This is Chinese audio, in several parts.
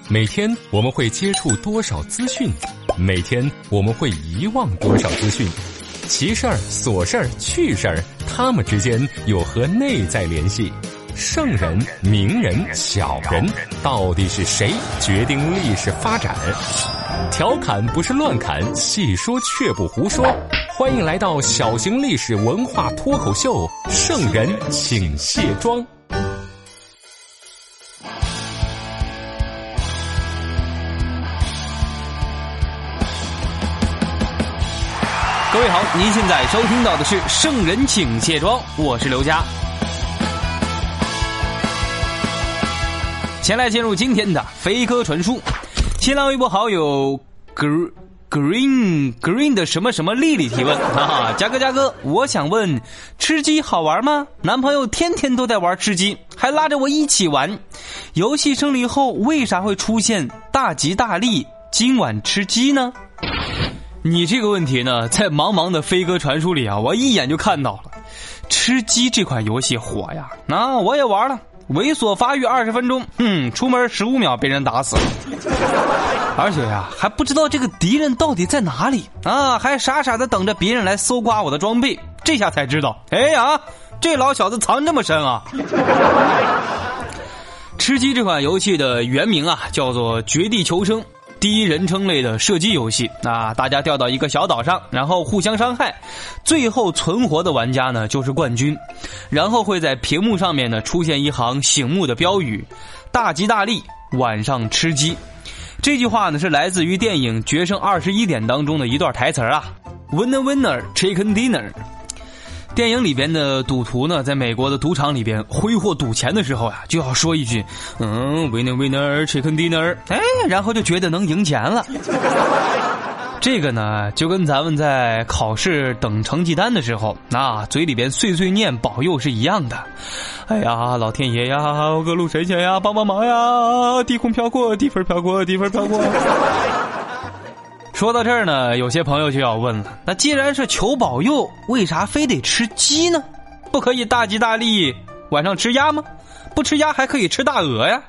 每天我们会接触多少资讯？每天我们会遗忘多少资讯？奇事儿、琐事儿、趣事儿，他们之间有何内在联系？圣人、名人、小人，到底是谁决定历史发展？调侃不是乱侃，细说却不胡说。欢迎来到小型历史文化脱口秀《圣人请卸妆》。 各位好，您现在收听到的是《圣人请卸妆》，我是刘佳。先来进入今天的飞鸽传书。新浪微博好友 Green 的什么什么丽丽提问嘉哥，我想问，吃鸡好玩吗？男朋友天天都在玩吃鸡，还拉着我一起玩。游戏胜利后为啥会出现大吉大利，今晚吃鸡呢？你这个问题呢，在茫茫的飞鸽传书里啊，我一眼就看到了。吃鸡这款游戏火呀，我也玩了，猥琐发育20分钟，出门15秒被人打死了。而且呀，还不知道这个敌人到底在哪里啊，还傻傻的等着别人来搜刮我的装备。这下才知道，这老小子藏这么深啊！吃鸡这款游戏的原名啊，叫做绝地求生。第一人称类的射击游戏大家掉到一个小岛上，然后互相伤害，最后存活的玩家呢就是冠军。然后会在屏幕上面呢出现一行醒目的标语：大吉大利，晚上吃鸡。这句话呢是来自于电影《决胜21点》当中的一段台词Winner winner chicken dinner。电影里边的赌徒呢，在美国的赌场里边挥霍赌钱的时候就要说一句winner winner chicken dinner， 然后就觉得能赢钱了。这个呢，就跟咱们在考试等成绩单的时候嘴里边碎碎念保佑是一样的。哎呀，老天爷呀，各路神仙呀，帮帮忙呀，地空飘过，地分飘过，地分飘过。说到这儿呢，有些朋友就要问了，那既然是求保佑，为啥非得吃鸡呢？不可以大吉大利晚上吃鸭吗？不吃鸭还可以吃大鹅呀。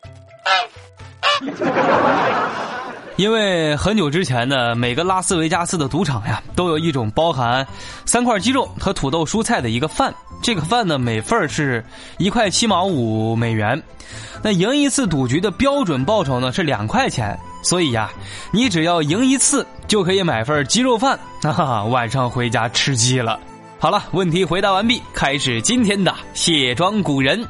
因为很久之前呢，每个拉斯维加斯的赌场都有一种包含3块鸡肉和土豆蔬菜的一个饭，这个饭呢每份是1.75美元。那赢一次赌局的标准报酬呢是2块钱，所以你只要赢一次就可以买份鸡肉饭晚上回家吃鸡了。好了，问题回答完毕，开始今天的卸妆古人。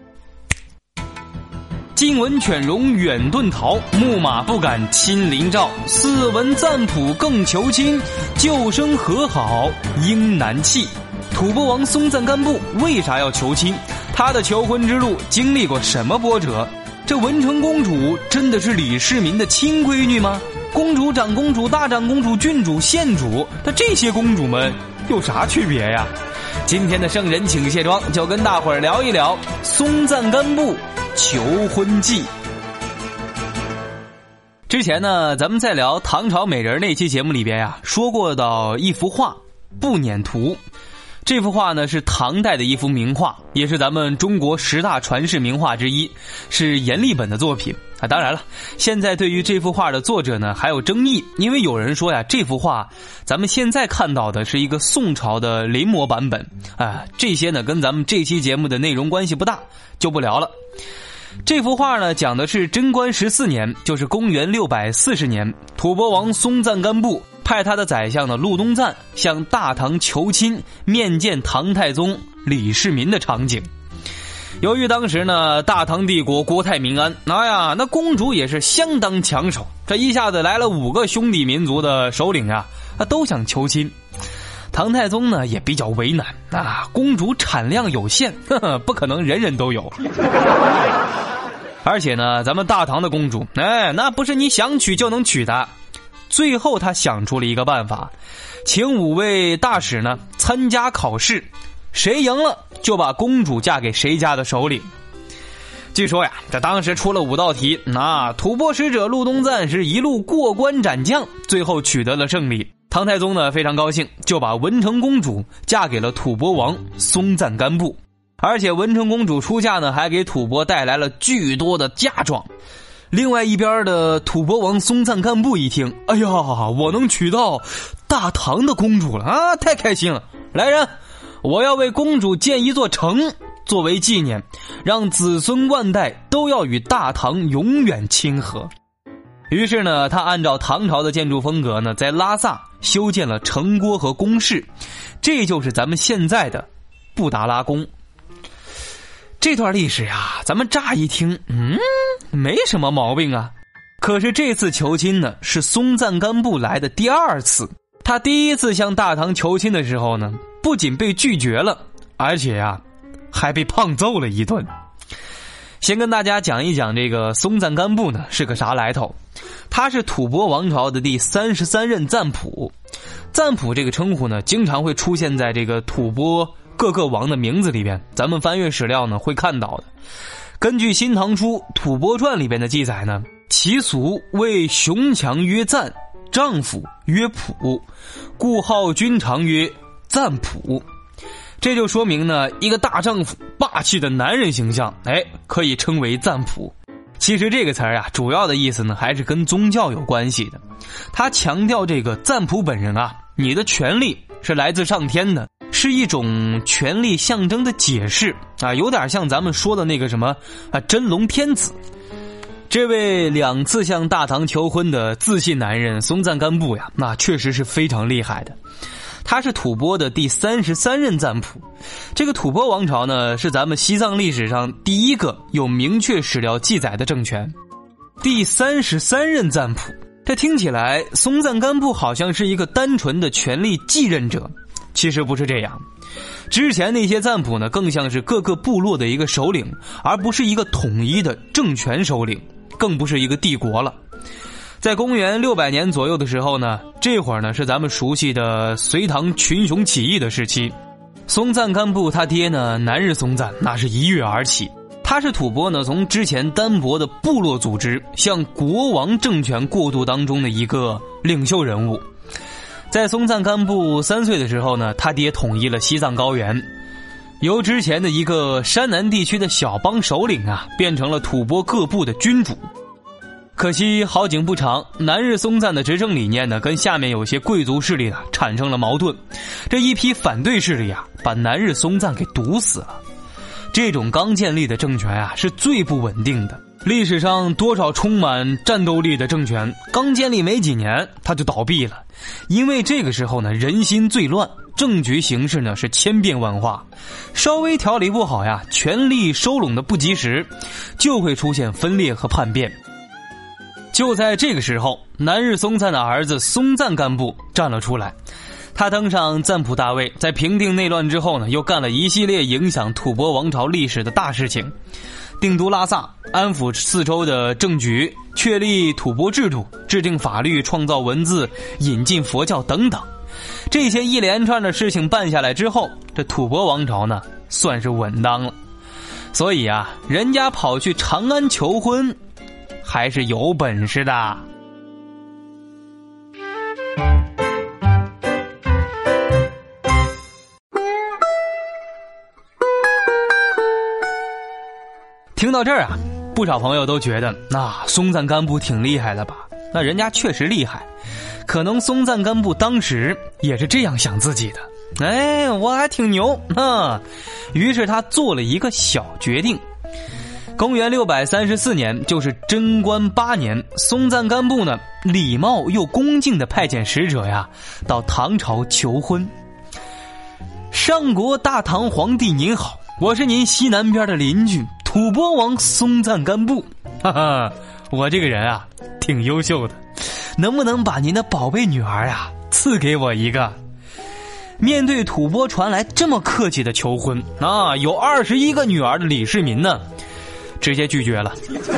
今闻犬戎远遁逃，木马不敢亲临赵。似闻赞普更求亲，旧生和好应难弃。吐蕃王松赞干布为啥要求亲？他的求婚之路经历过什么波折？这文成公主真的是李世民的亲闺女吗？公主、长公主、大长公主、郡主、县主，那这些公主们有啥区别呀？今天的圣人请卸妆，就跟大伙儿聊一聊松赞干布求婚记。之前呢，咱们在聊唐朝美人那期节目里边说过到一幅画《步辇图》。这幅画呢是唐代的一幅名画，也是咱们中国10大传世名画之一，是阎立本的作品当然了，现在对于这幅画的作者呢还有争议，因为有人说这幅画咱们现在看到的是一个宋朝的临摹版本这些呢跟咱们这期节目的内容关系不大，就不聊了。这幅画呢讲的是贞观14年，就是公元640年，吐蕃王松赞干布派他的宰相的陆东赞向大唐求亲，面见唐太宗李世民的场景。由于当时呢大唐帝国国泰民安，那公主也是相当抢手，这一下子来了5个兄弟民族的首领都想求亲。唐太宗呢也比较为难公主产量有限，不可能人人都有。而且呢咱们大唐的公主那不是你想娶就能娶的。最后他想出了一个办法，请5位大使呢参加考试，谁赢了就把公主嫁给谁家的首领。据说这当时出了5道题吐蕃使者陆东赞是一路过关斩将，最后取得了胜利。唐太宗呢非常高兴，就把文成公主嫁给了吐蕃王松赞干布。而且文成公主出嫁呢还给吐蕃带来了巨多的嫁妆。 另外一边的吐蕃王松赞干布一听，哎呀，我能娶到大唐的公主了啊，太开心了！来人，我要为公主建一座城，作为纪念，让子孙万代都要与大唐永远亲和。于是呢，他按照唐朝的建筑风格呢，在拉萨修建了城郭和宫室，这就是咱们现在的布达拉宫。这段历史啊，咱们乍一听，没什么毛病啊。可是这次求亲呢，是松赞干布来的第二次。他第一次向大唐求亲的时候呢，不仅被拒绝了，而且啊，还被胖揍了一顿。先跟大家讲一讲这个松赞干布呢是个啥来头。他是吐蕃王朝的第33任赞普。赞普这个称呼呢，经常会出现在这个吐蕃各个王的名字里边，咱们翻阅史料呢会看到的。根据《新唐书·吐蕃传》里边的记载呢，其俗谓雄强曰赞，丈夫曰普，故号君长曰赞普。这就说明呢，一个大丈夫霸气的男人形象，可以称为赞普。其实这个词儿啊，主要的意思呢还是跟宗教有关系的。他强调这个赞普本人啊，你的权力是来自上天的，是一种权力象征的解释啊，有点像咱们说的那个什么真龙天子。这位2次向大唐求婚的自信男人松赞干布呀，那确实是非常厉害的。他是吐蕃的第33任赞普。这个吐蕃王朝呢，是咱们西藏历史上第一个有明确史料记载的政权。第33任赞普，这听起来松赞干布好像是一个单纯的权力继任者，其实不是这样。之前那些赞普呢，更像是各个部落的一个首领，而不是一个统一的政权首领，更不是一个帝国了。在公元600年左右的时候呢，这会儿呢是咱们熟悉的隋唐群雄起义的时期。松赞干布他爹呢，南日松赞，那是一跃而起。他是吐蕃呢从之前单薄的部落组织向国王政权过渡当中的一个领袖人物。在松赞干布3岁的时候呢，他爹统一了西藏高原，由之前的一个山南地区的小邦首领啊，变成了吐蕃各部的君主。可惜好景不长，南日松赞的执政理念呢，跟下面有些贵族势力呢产生了矛盾。这一批反对势力啊，把南日松赞给毒死了。这种刚建立的政权啊，是最不稳定的。历史上多少充满战斗力的政权，刚建立没几年，它就倒闭了。因为这个时候呢，人心最乱，政局形势呢是千变万化，稍微调理不好呀，权力收拢的不及时，就会出现分裂和叛变。就在这个时候，南日松赞的儿子松赞干布站了出来。他登上赞普大位，在平定内乱之后呢，又干了一系列影响吐蕃王朝历史的大事情，定都拉萨，安抚四周的政局，确立吐蕃制度，制定法律，创造文字，引进佛教等等。这些一连串的事情办下来之后，这吐蕃王朝呢算是稳当了。所以啊，人家跑去长安求婚还是有本事的。听到这儿啊，不少朋友都觉得松赞干布挺厉害的吧？那人家确实厉害，可能松赞干布当时也是这样想自己的。我还挺牛啊！于是他做了一个小决定。公元634年，就是贞观8年，松赞干布呢，礼貌又恭敬地派遣使者呀，到唐朝求婚。上国大唐皇帝您好，我是您西南边的邻居吐蕃王松赞干布，我这个人啊挺优秀的，能不能把您的宝贝女儿啊赐给我一个？面对吐蕃传来这么客气的求婚有21个女儿的李世民呢，直接拒绝了。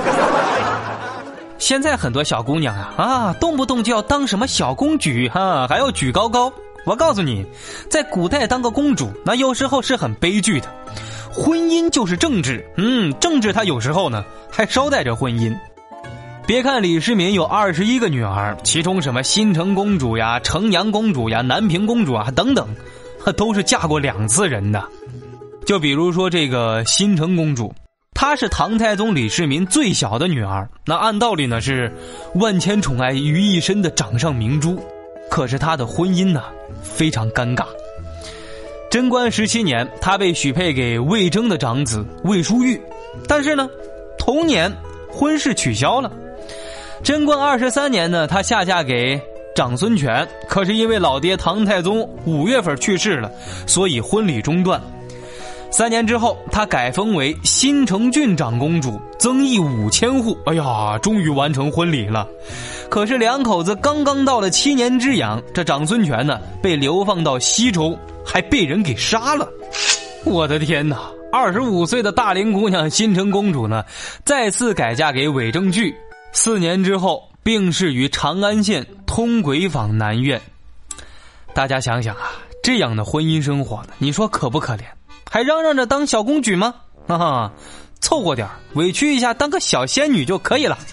现在很多小姑娘动不动就要当什么小公举还要举高高。我告诉你，在古代当个公主，那有时候是很悲剧的。婚姻就是政治，政治它有时候呢还捎带着婚姻。别看李世民有21个女儿，其中什么新城公主呀、城阳公主呀、南平公主啊等等，都是嫁过2次人的。就比如说这个新城公主， 她是唐太宗李世民最小的女儿，那按道理呢是万千宠爱于一身的掌上明珠。可是她的婚姻呢非常尴尬。贞观17年，她被许配给魏征的长子魏书玉，但是呢同年婚事取消了。贞观23年呢，她下嫁给长孙权，可是因为老爹唐太宗5月份去世了，所以婚礼中断。3年之后，她改封为新城郡长公主，增邑5000户。哎呀，终于完成婚礼了。可是两口子刚刚到了7年之痒，这长孙权呢被流放到西周，还被人给杀了。我的天哪！25岁的大龄姑娘新城公主呢，再次改嫁给韦正巨。4年之后，病逝于长安县通轨坊南苑。大家想想啊，这样的婚姻生活呢，你说可不可怜？还嚷嚷着当小公举吗？凑合点，委屈一下，当个小仙女就可以了。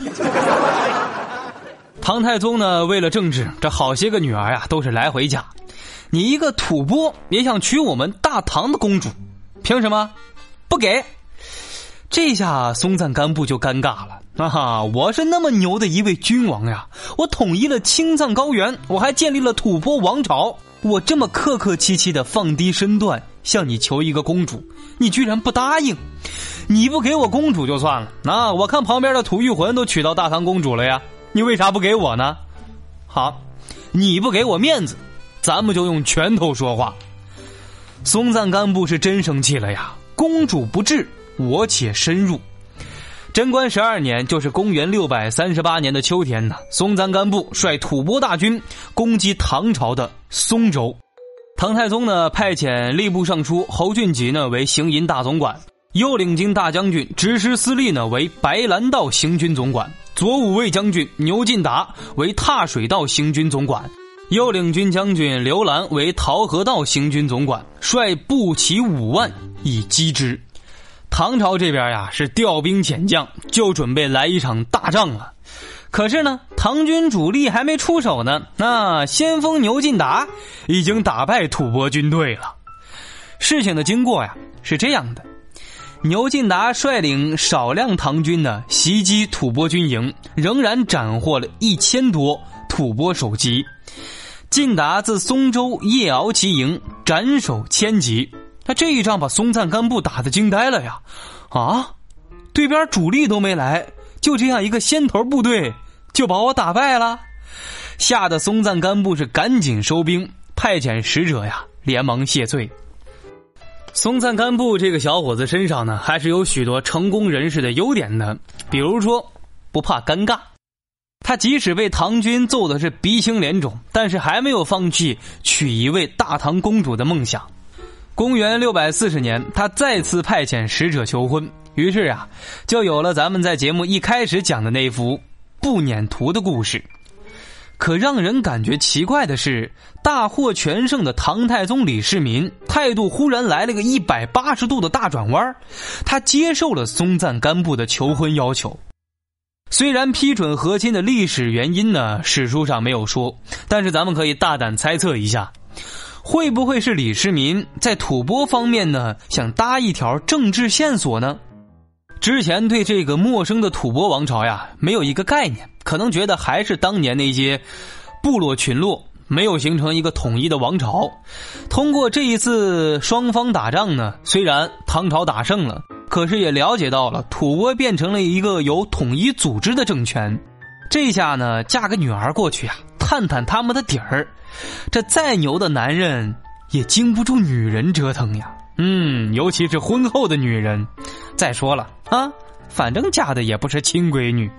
唐太宗呢，为了政治，这好些个女儿呀，都是来回嫁。你一个吐蕃也想娶我们大唐的公主，凭什么？不给。这下松赞干布就尴尬了。我是那么牛的一位君王呀，我统一了青藏高原，我还建立了吐蕃王朝，我这么客客气气的放低身段向你求一个公主，你居然不答应。你不给我公主就算了，我看旁边的吐谷浑都娶到大唐公主了呀，你为啥不给我呢？好，你不给我面子，咱们就用拳头说话。松赞干布是真生气了呀，公主不至，我且深入。贞观12年，就是公元638年的秋天呢，松赞干布率吐蕃大军攻击唐朝的松州。唐太宗呢派遣吏部尚书侯俊吉呢为行营大总管，右领军大将军直师司隶呢为白兰道行军总管，左武卫将军牛进达为踏水道行军总管，右领军将军刘兰为桃河道行军总管，率步骑5万以击之。唐朝这边呀是调兵遣将，就准备来一场大仗了。可是呢，唐军主力还没出手呢，先锋牛进达已经打败吐蕃军队了。事情的经过呀是这样的，牛进达率领少量唐军呢袭击吐蕃军营，仍然斩获了1000多吐蕃首级。进达自松州夜熬其营，斩首1000级。那这一仗把松赞干布打得惊呆了呀！对边主力都没来，就这样一个先头部队就把我打败了，吓得松赞干布是赶紧收兵，派遣使者呀连忙谢罪。松赞干布这个小伙子身上呢，还是有许多成功人士的优点的，比如说不怕尴尬。他即使被唐军揍的是鼻青脸肿，但是还没有放弃娶一位大唐公主的梦想。公元640年，他再次派遣使者求婚，于是啊，就有了咱们在节目一开始讲的那幅不辇图的故事。可让人感觉奇怪的是，大获全胜的唐太宗李世民态度忽然来了个180度的大转弯，他接受了松赞干布的求婚要求。虽然批准和亲的历史原因呢，史书上没有说，但是咱们可以大胆猜测一下，会不会是李世民在吐蕃方面呢想搭一条政治线索呢？之前对这个陌生的吐蕃王朝呀没有一个概念，可能觉得还是当年那些部落群落，没有形成一个统一的王朝。通过这一次双方打仗呢，虽然唐朝打胜了，可是也了解到了吐蕃变成了一个有统一组织的政权。这下呢，嫁个女儿过去啊，探探他们的底儿，这再牛的男人也经不住女人折腾呀。尤其是婚后的女人。再说了反正嫁的也不是亲闺女。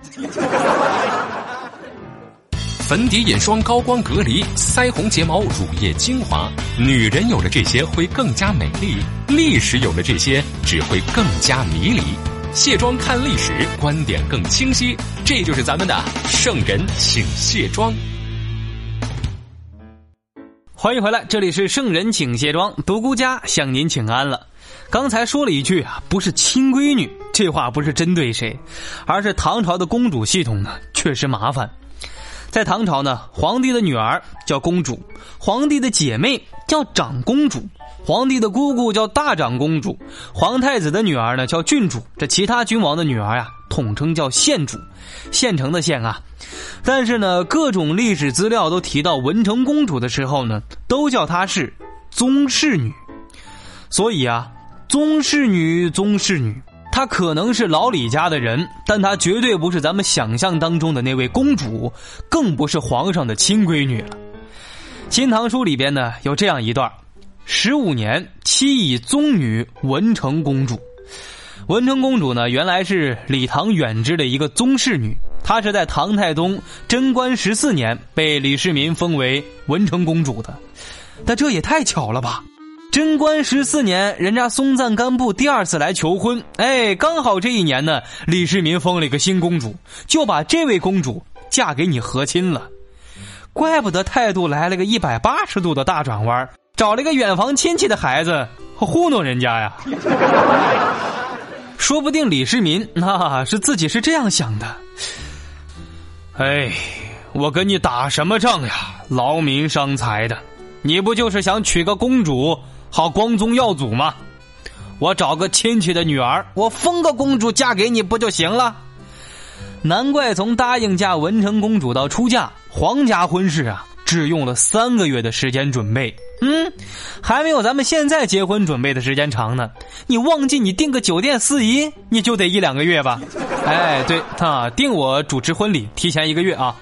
粉底眼霜高光隔离，腮红睫毛乳液精华，女人有了这些会更加美丽，历史有了这些只会更加迷离。卸妆看历史，观点更清晰，这就是咱们的圣人请卸妆。 欢迎回来，这里是圣人请卸妆，独孤家向您请安了。刚才说了一句不是亲闺女，这话不是针对谁，而是唐朝的公主系统呢确实麻烦。 在唐朝呢，皇帝的女儿叫公主，皇帝的姐妹叫长公主，皇帝的姑姑叫大长公主，皇太子的女儿呢叫郡主，这其他君王的女儿统称叫县主，县城的县啊。但是呢，各种历史资料都提到文成公主的时候呢，都叫她是宗室女。所以宗室女，她可能是老李家的人，但她绝对不是咱们想象当中的那位公主，更不是皇上的亲闺女了。新唐书里边呢有这样一段：15年，妻以宗女文成公主。文成公主呢，原来是李唐远支的一个宗室女，她是在唐太宗贞观14年被李世民封为文成公主的。但这也太巧了吧！贞观14年，人家松赞干布第2次来求婚，刚好这一年呢，李世民封了一个新公主，就把这位公主嫁给你和亲了。怪不得态度来了个180度的大转弯，找了一个远房亲戚的孩子糊弄人家呀。说不定李世民自己是这样想的。我跟你打什么仗呀，劳民伤财的，你不就是想娶个公主好光宗耀祖吗？我找个亲戚的女儿，我封个公主嫁给你不就行了？难怪从答应嫁文成公主到出嫁，皇家婚事只用了3个月的时间准备。还没有咱们现在结婚准备的时间长呢。你忘记你订个酒店司仪你就得1-2个月吧？对，订我主持婚礼提前1个月啊。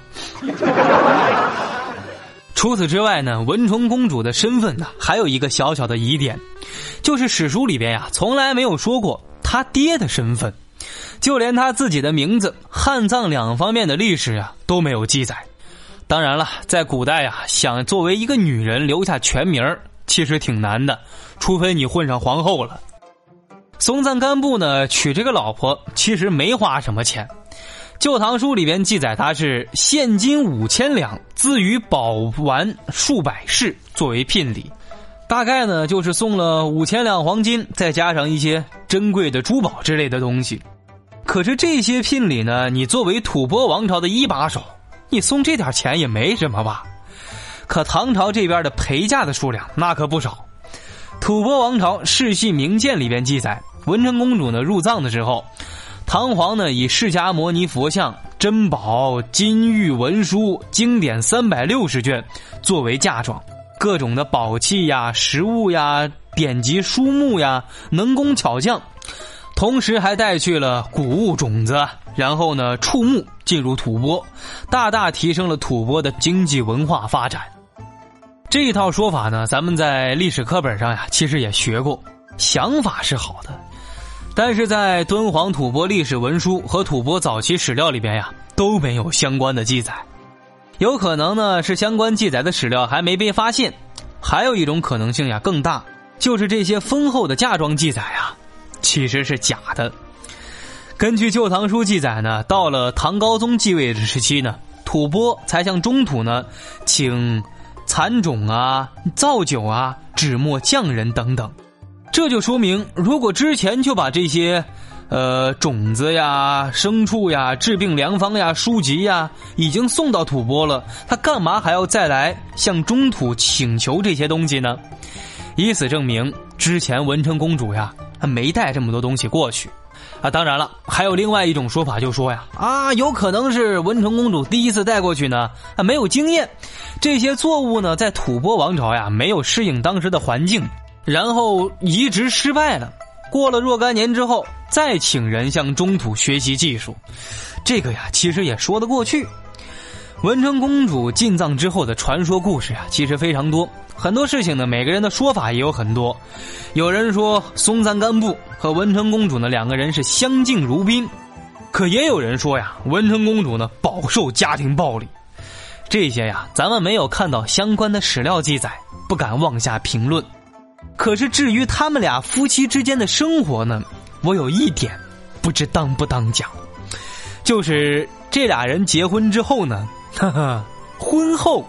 除此之外呢，文成公主的身份还有一个小小的疑点，就是史书里边从来没有说过她爹的身份，就连她自己的名字、汉藏2方面的历史都没有记载。当然了，在古代想作为一个女人留下全名其实挺难的，除非你混上皇后了。松赞干布呢娶这个老婆其实没花什么钱，旧唐书里边记载他是现金5000两，资于宝丸数百式作为聘礼，大概呢就是送了5000两黄金，再加上一些珍贵的珠宝之类的东西。可是这些聘礼呢，你作为吐蕃王朝的一把手，你送这点钱也没什么吧？可唐朝这边的陪嫁的数量那可不少。吐蕃王朝世系名鉴里边记载，文成公主呢入葬的时候，唐皇呢以释迦摩尼佛像、珍宝、金玉文书、经典360卷作为嫁妆，各种的宝器食物典籍书目能工巧匠，同时还带去了谷物种子，然后呢畜牧进入吐蕃，大大提升了吐蕃的经济文化发展。这一套说法呢，咱们在历史课本上其实也学过，想法是好的，但是在敦煌吐蕃历史文书和吐蕃早期史料里边都没有相关的记载。有可能呢是相关记载的史料还没被发现，还有一种可能性更大，就是这些丰厚的嫁妆记载其实是假的。根据旧唐书记载呢，到了唐高宗继位的时期呢，吐蕃才向中土呢请蚕种造酒纸墨匠人等等。这就说明，如果之前就把这些种子牲畜治病良方书籍已经送到吐蕃了，他干嘛还要再来向中土请求这些东西呢？以此证明之前文成公主她没带这么多东西过去当然了，还有另外一种说法，就说有可能是文成公主第一次带过去呢没有经验，这些作物呢在吐蕃王朝没有适应当时的环境，然后移植失败了，过了若干年之后再请人向中土学习技术，这个其实也说得过去。文成公主进藏之后的传说故事其实非常多，很多事情呢每个人的说法也有很多。有人说松赞干布和文成公主呢2个人是相敬如宾，可也有人说文成公主呢饱受家庭暴力。这些咱们没有看到相关的史料记载，不敢妄下评论。可是至于他们俩夫妻之间的生活呢，我有一点不知当不当讲，就是这俩人结婚之后呢，婚后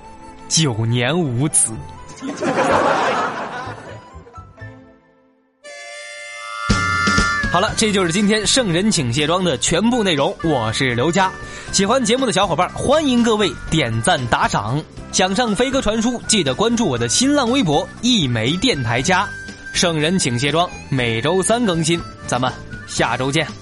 9年无子。 好了，这就是今天圣人请卸妆的全部内容。我是刘佳，喜欢节目的小伙伴欢迎各位点赞打赏。想上飞鸽传书，记得关注我的新浪微博一枚电台家。圣人请卸妆每周3更新，咱们下周见。